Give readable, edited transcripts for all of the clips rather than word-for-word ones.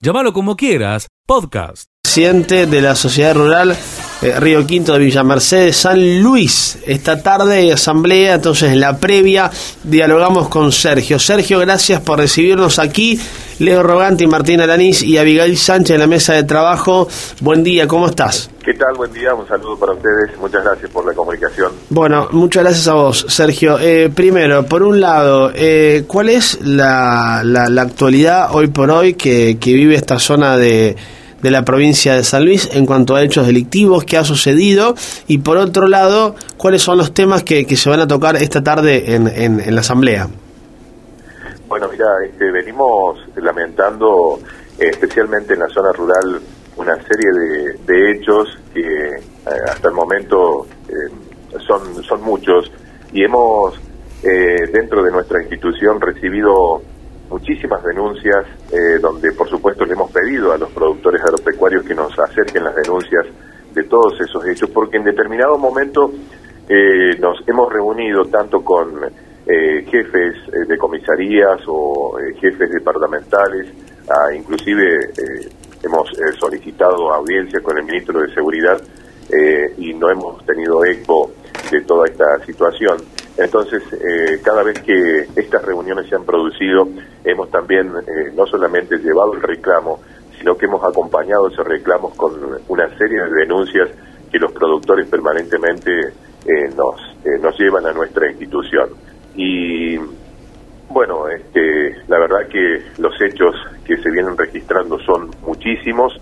Llámalo como quieras, podcast. Presidente de la Sociedad Rural Río Quinto de Villa Mercedes, San Luis. Esta tarde hay asamblea, entonces en la previa dialogamos con Sergio. Sergio, gracias por recibirnos aquí. Leo Roganti, Martín Alanís y Abigail Sánchez en la mesa de trabajo. Buen día, ¿cómo estás? ¿Qué tal? Buen día, un saludo para ustedes. Muchas gracias por la comunicación. Bueno, muchas gracias a vos, Sergio. Primero, por un lado, ¿cuál es la actualidad hoy por hoy que vive esta zona de la provincia de San Luis en cuanto a hechos delictivos, qué ha sucedido? Y por otro lado, ¿cuáles son los temas que se van a tocar esta tarde en la asamblea? Bueno, mira, venimos lamentando, especialmente en la zona rural, una serie de hechos que hasta el momento son muchos, y hemos dentro de nuestra institución recibido muchísimas denuncias, donde por supuesto le hemos pedido a los productores agropecuarios que nos acerquen las denuncias de todos esos hechos, porque en determinado momento nos hemos reunido tanto con jefes de comisarías o jefes departamentales, inclusive hemos solicitado audiencia con el ministro de Seguridad y no hemos tenido eco de toda esta situación. Entonces, cada vez que estas reuniones se han producido, hemos también no solamente llevado el reclamo, sino que hemos acompañado ese reclamo con una serie de denuncias que los productores permanentemente nos llevan a nuestra institución. Y bueno, la verdad que los hechos que se vienen registrando son muchísimos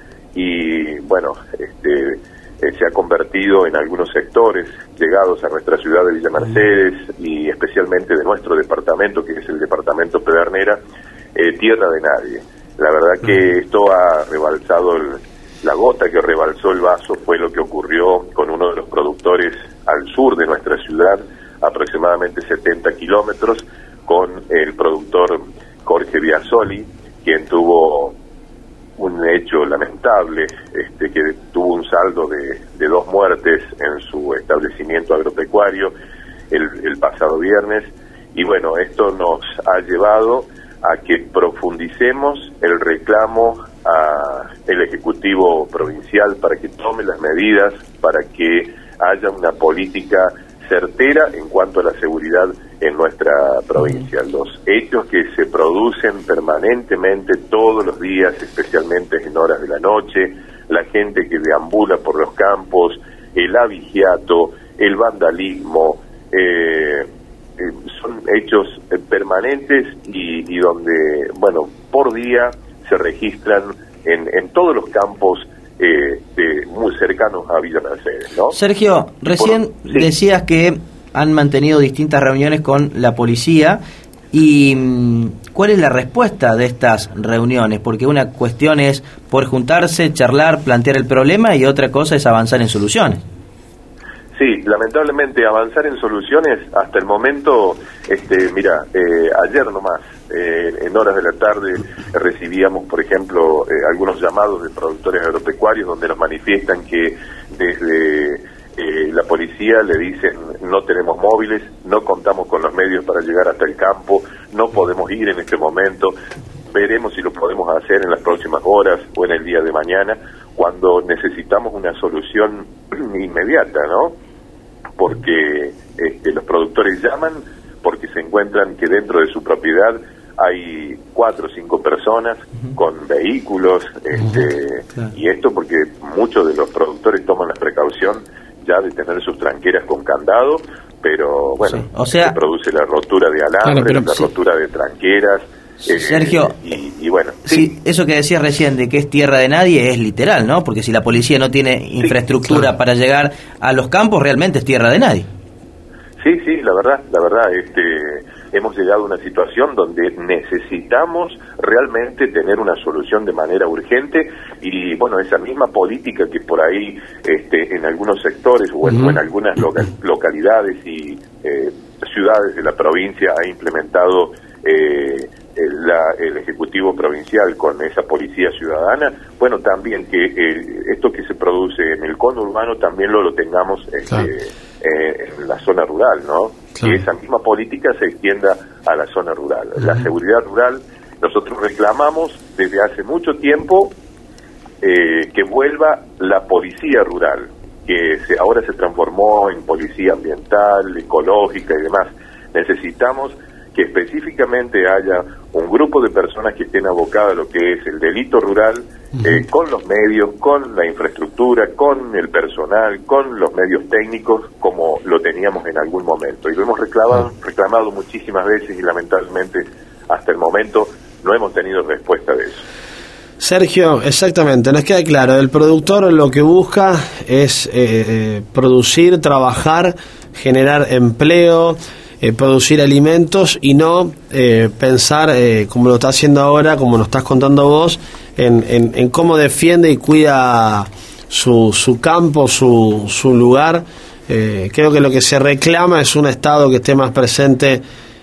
y bueno, se ha convertido en algunos sectores llegados a nuestra ciudad de Villa Mercedes y especialmente de nuestro departamento, que es el departamento Pedernera, tierra de nadie. La verdad que esto ha rebalsado, la gota que rebalsó el vaso fue lo que ocurrió con uno de los productores al sur de nuestra ciudad, aproximadamente 70 kilómetros, con el productor Jorge Biasoli, quien tuvo un hecho lamentable, que tuvo un saldo de 2 muertes en su establecimiento agropecuario el pasado viernes. Y bueno, esto nos ha llevado a que profundicemos el reclamo al Ejecutivo Provincial para que tome las medidas, para que haya una política certera en cuanto a la seguridad en nuestra provincia. Los hechos que se producen permanentemente todos los días, especialmente en horas de la noche, la gente que deambula por los campos, el abigeato, el vandalismo, son hechos permanentes y donde, bueno, por día se registran en todos los campos muy cercanos a Villa Mercedes, ¿no? Sergio, recién decías que han mantenido distintas reuniones con la policía y ¿cuál es la respuesta de estas reuniones? Porque una cuestión es poder juntarse, charlar, plantear el problema y otra cosa es avanzar en soluciones. Sí, lamentablemente avanzar en soluciones hasta el momento, mira, ayer nomás, en horas de la tarde recibíamos, por ejemplo, algunos llamados de productores agropecuarios donde nos manifiestan que desde la policía le dicen no tenemos móviles, no contamos con los medios para llegar hasta el campo, no podemos ir en este momento, veremos si lo podemos hacer en las próximas horas o en el día de mañana, cuando necesitamos una solución inmediata, ¿no? Porque los productores llaman porque se encuentran que dentro de su propiedad hay 4 o 5 personas con vehículos, claro. Y esto porque muchos de los productores toman la precaución ya de tener sus tranqueras con candado, pero bueno, sí. O sea, se produce la rotura de alambres, claro, la rotura de tranqueras. Sergio, y bueno, sí, eso que decías recién de que es tierra de nadie es literal, ¿no? Porque si la policía no tiene infraestructura claro. para llegar a los campos, realmente es tierra de nadie. Sí, la verdad, hemos llegado a una situación donde necesitamos realmente tener una solución de manera urgente y bueno, esa misma política que por ahí en algunos sectores o en algunas localidades y ciudades de la provincia ha implementado el Ejecutivo Provincial con esa policía ciudadana, bueno, también que esto que se produce en el conurbano también lo tengamos claro. En la zona rural, ¿no? Claro. Que esa misma política se extienda a la zona rural. La seguridad rural Nosotros reclamamos desde hace mucho tiempo que vuelva la policía rural, que ahora se transformó en policía ambiental, ecológica y demás. Necesitamos que específicamente haya un grupo de personas que estén abocadas a lo que es el delito rural, con los medios, con la infraestructura, con el personal, con los medios técnicos, como lo teníamos en algún momento. Y lo hemos reclamado muchísimas veces y lamentablemente hasta el momento no hemos tenido respuesta de eso. Sergio, exactamente, nos queda claro, el productor lo que busca es producir, trabajar, generar empleo, producir alimentos y no pensar, como lo está haciendo ahora, como nos estás contando vos, en cómo defiende y cuida su campo, su lugar. Creo que lo que se reclama es un Estado que esté más presente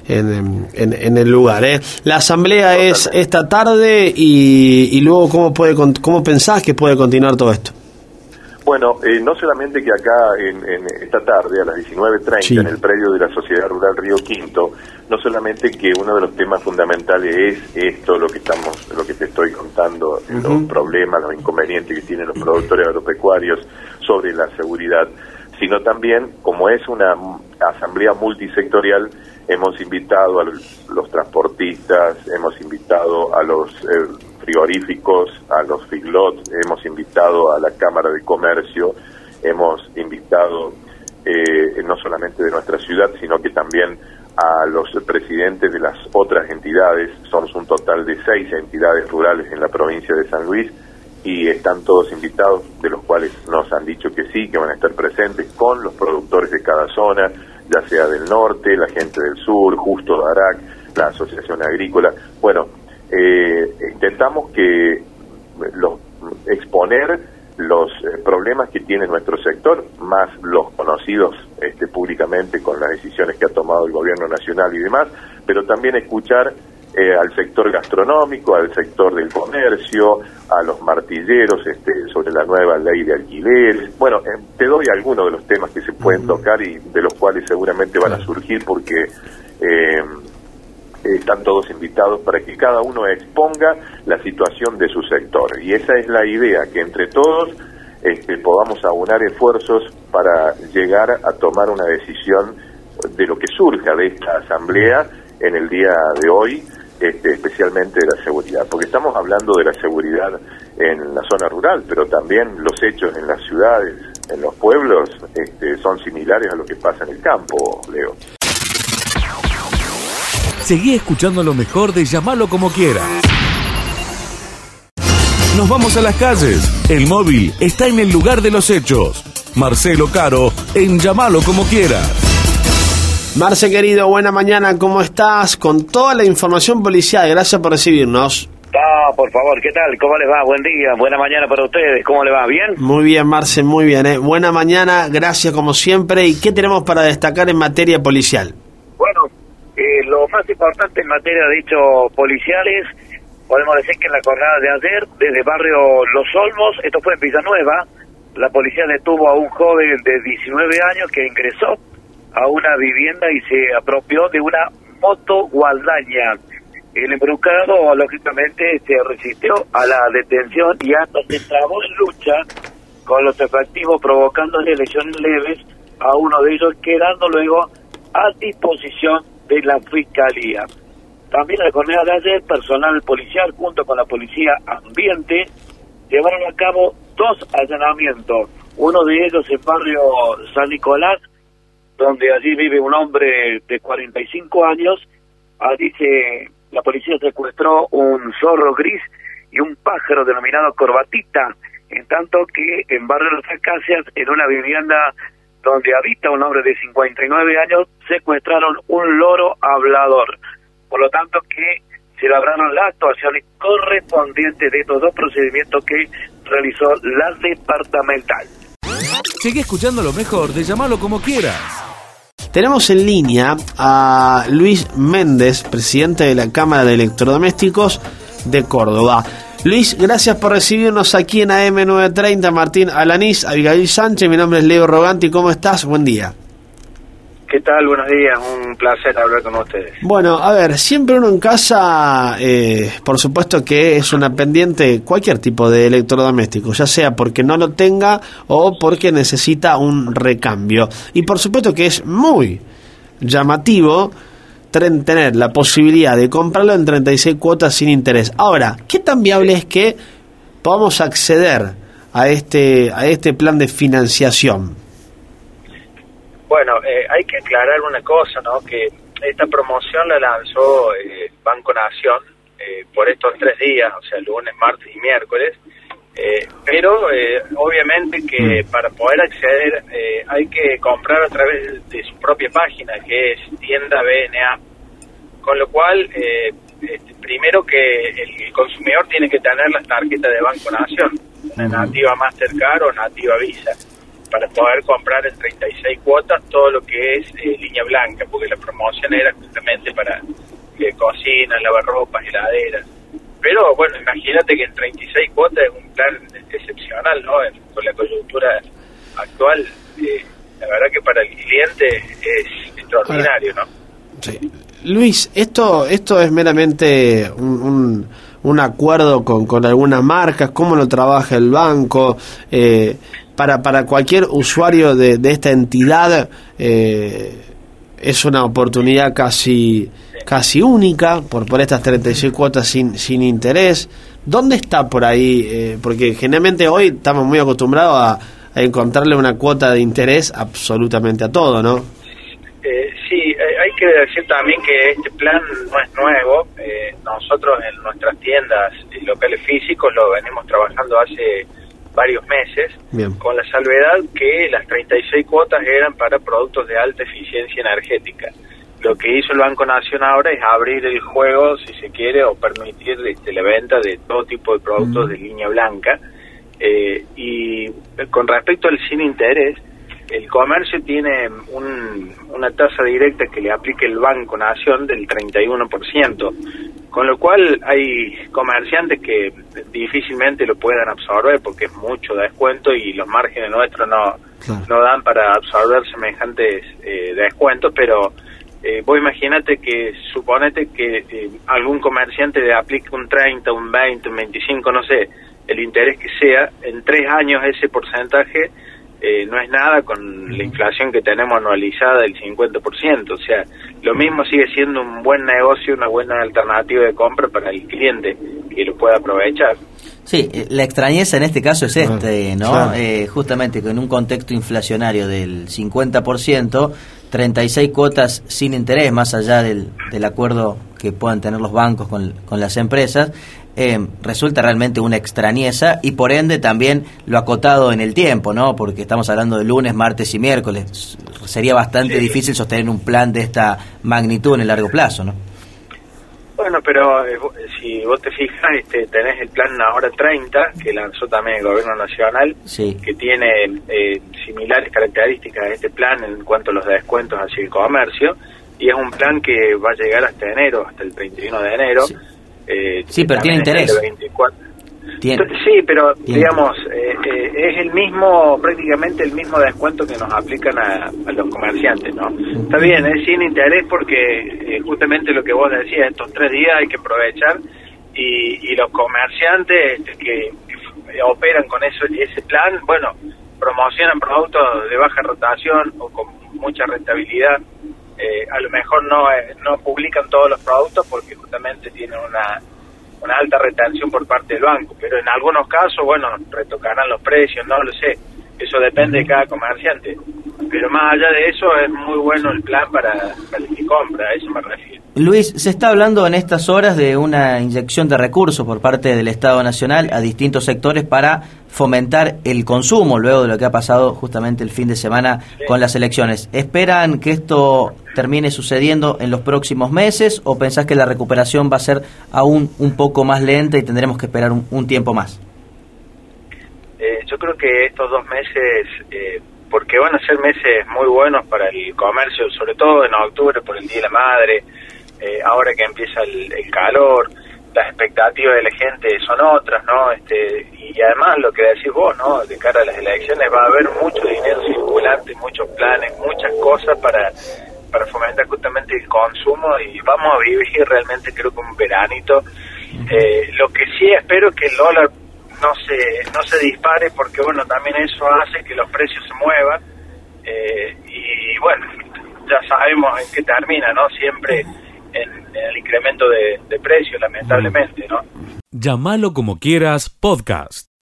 en el lugar. La asamblea es esta tarde y luego ¿cómo pensás que puede continuar todo esto? Bueno, no solamente que acá en esta tarde a las 19:30 sí, en el predio de la Sociedad Rural Río Quinto, no solamente que uno de los temas fundamentales es esto, lo que te estoy contando, los problemas, los inconvenientes que tienen los productores agropecuarios sobre la seguridad, sino también, como es una asamblea multisectorial, hemos invitado a los transportistas, hemos invitado a los frigoríficos, a los feedlots, hemos invitado a la Cámara de Comercio, hemos invitado no solamente de nuestra ciudad, sino que también a los presidentes de las otras entidades. Somos un total de 6 entidades rurales en la provincia de San Luis y están todos invitados, de los cuales nos han dicho que sí, que van a estar presentes con los productores de cada zona, ya sea del norte, la gente del sur, Justo de Arac, la Asociación Agrícola. Bueno, intentamos exponer los problemas que tiene nuestro sector, más los conocidos públicamente con las decisiones que ha tomado el gobierno nacional y demás, pero también escuchar al sector gastronómico, al sector del comercio, a los martilleros sobre la nueva ley de alquileres. Bueno, te doy algunos de los temas que se pueden tocar y de los cuales seguramente van a surgir porque están todos invitados para que cada uno exponga la situación de su sector. Y esa es la idea, que entre todos podamos aunar esfuerzos para llegar a tomar una decisión de lo que surja de esta asamblea en el día de hoy, especialmente de la seguridad, porque estamos hablando de la seguridad en la zona rural, pero también los hechos en las ciudades, en los pueblos, son similares a lo que pasa en el campo, Leo. Seguí escuchando lo mejor de Llamalo Como Quieras. Nos vamos a las calles. El móvil está en el lugar de los hechos. Marcelo Caro en Llamalo Como Quieras. Marce, querido, buena mañana, ¿cómo estás? Con toda la información policial, gracias por recibirnos. Por favor, ¿qué tal? ¿Cómo les va? Buen día, buena mañana para ustedes. ¿Cómo les va? ¿Bien? Muy bien, Marce, muy bien. Buena mañana, gracias como siempre. ¿Y qué tenemos para destacar en materia policial? Bueno, lo más importante en materia de hechos policiales, podemos decir que en la jornada de ayer, desde barrio Los Olmos, esto fue en Villanueva, la policía detuvo a un joven de 19 años que ingresó a una vivienda y se apropió de una moto gualdaña. El embrucado, lógicamente, se resistió a la detención y hasta se trabó en lucha con los efectivos, provocándole lesiones leves a uno de ellos, quedando luego a disposición de la Fiscalía. También en la jornada de ayer, personal policial junto con la Policía Ambiente llevaron a cabo 2 allanamientos. Uno de ellos en barrio San Nicolás, donde allí vive un hombre de 45 años. Allí la policía secuestró un zorro gris y un pájaro denominado corbatita, en tanto que en barrio Las Acacias, en una vivienda donde habita un hombre de 59 años, secuestraron un loro hablador. Por lo tanto que se labraron las actuaciones correspondientes de estos 2 procedimientos que realizó la departamental. Sigue escuchando lo mejor de Llamalo Como Quieras. Tenemos en línea a Luis Méndez, presidente de la Cámara de Electrodomésticos de Córdoba. Luis, gracias por recibirnos aquí en AM930. Martín Alanís, Abigail Sánchez, mi nombre es Leo Roganti. ¿Cómo estás? Buen día. ¿Qué tal? Buenos días, un placer hablar con ustedes. Bueno, a ver, siempre uno en casa, por supuesto que es una pendiente cualquier tipo de electrodoméstico, ya sea porque no lo tenga o porque necesita un recambio. Y por supuesto que es muy llamativo tener la posibilidad de comprarlo en 36 cuotas sin interés. Ahora, ¿qué tan viable es que podamos acceder a este plan de financiación? Bueno, hay que aclarar una cosa, ¿no? Que esta promoción la lanzó Banco Nación por estos 3 días, o sea, lunes, martes y miércoles, pero obviamente que para poder acceder hay que comprar a través de su propia página, que es tienda BNA, con lo cual, primero que el consumidor tiene que tener las tarjetas de Banco Nación, una nativa Mastercard o nativa Visa, para poder comprar en 36 cuotas todo lo que es línea blanca, porque la promoción era justamente para cocina, lavarropas, heladeras. Pero bueno, imagínate que en 36 cuotas es un plan excepcional, ¿no? Con la coyuntura actual, la verdad que para el cliente es extraordinario, ¿no? Sí. Luis, esto es meramente un acuerdo con algunas marcas, ¿cómo lo trabaja el banco? Para cualquier usuario de esta entidad es una oportunidad casi única por estas 36 cuotas sin interés. ¿Dónde está por ahí? Porque generalmente hoy estamos muy acostumbrados a encontrarle una cuota de interés absolutamente a todo, ¿no? Sí, hay que decir también que este plan no es nuevo. Nosotros en nuestras tiendas y locales físicos lo venimos trabajando hace varios meses. Bien. Con la salvedad que las 36 cuotas eran para productos de alta eficiencia energética. Lo que hizo el Banco Nación ahora es abrir el juego, si se quiere, o permitir la venta de todo tipo de productos de línea blanca. Y con respecto al sin interés, el comercio tiene una tasa directa que le aplica el Banco Nación del 31%, con lo cual hay comerciantes que difícilmente lo puedan absorber porque es mucho descuento y los márgenes nuestros no dan para absorber semejantes descuentos, pero vos imagínate que, suponete que algún comerciante le aplique un 30, un 20, un 25, no sé, el interés que sea, en 3 años ese porcentaje no es nada con la inflación que tenemos anualizada del 50%, o sea, lo mismo sigue siendo un buen negocio, una buena alternativa de compra para el cliente que lo pueda aprovechar. Sí, la extrañeza en este caso es ¿no? Claro. Justamente que en un contexto inflacionario del 50%, 36 cuotas sin interés, más allá del acuerdo que puedan tener los bancos con las empresas, resulta realmente una extrañeza y por ende también lo acotado en el tiempo, ¿no? Porque estamos hablando de lunes, martes y miércoles. Sería bastante difícil sostener un plan de esta magnitud en el largo plazo, ¿no? Bueno, pero si vos te fijas, tenés el plan Ahora 30, que lanzó también el Gobierno Nacional, que tiene similares características a este plan en cuanto a los descuentos hacia el comercio, y es un plan que va a llegar hasta enero, hasta el 31 de enero. Sí, pero tiene interés. Sí, pero digamos, es el mismo, prácticamente el mismo descuento que nos aplican a los comerciantes, ¿no? Está bien, es sin interés porque justamente lo que vos decías, estos 3 días hay que aprovechar y los comerciantes que operan con ese plan, bueno, promocionan productos de baja rotación o con mucha rentabilidad. A lo mejor no publican todos los productos porque justamente tienen una alta retención por parte del banco, pero en algunos casos, bueno, retocarán los precios, no lo sé, eso depende de cada comerciante, pero más allá de eso es muy bueno el plan para el que compra, a eso me refiero. Luis, se está hablando en estas horas de una inyección de recursos por parte del Estado Nacional a distintos sectores para fomentar el consumo, luego de lo que ha pasado justamente el fin de semana con las elecciones. ¿Esperan que esto termine sucediendo en los próximos meses o pensás que la recuperación va a ser aún un poco más lenta y tendremos que esperar un tiempo más? Yo creo que estos 2 meses, porque van a ser meses muy buenos para el comercio, sobre todo en octubre por el Día de la Madre, ahora que empieza el calor, las expectativas de la gente son otras, ¿no? Y y además lo que decís vos, ¿no? De cara a las elecciones va a haber mucho dinero circulante, muchos planes, muchas cosas para fomentar justamente el consumo, y vamos a vivir realmente, creo que un veranito. Lo que sí espero es que el dólar no se dispare, porque bueno, también eso hace que los precios se muevan, y bueno, ya sabemos en qué termina, ¿no? Siempre en el incremento de precios, lamentablemente, ¿no? Llámalo como quieras, podcast.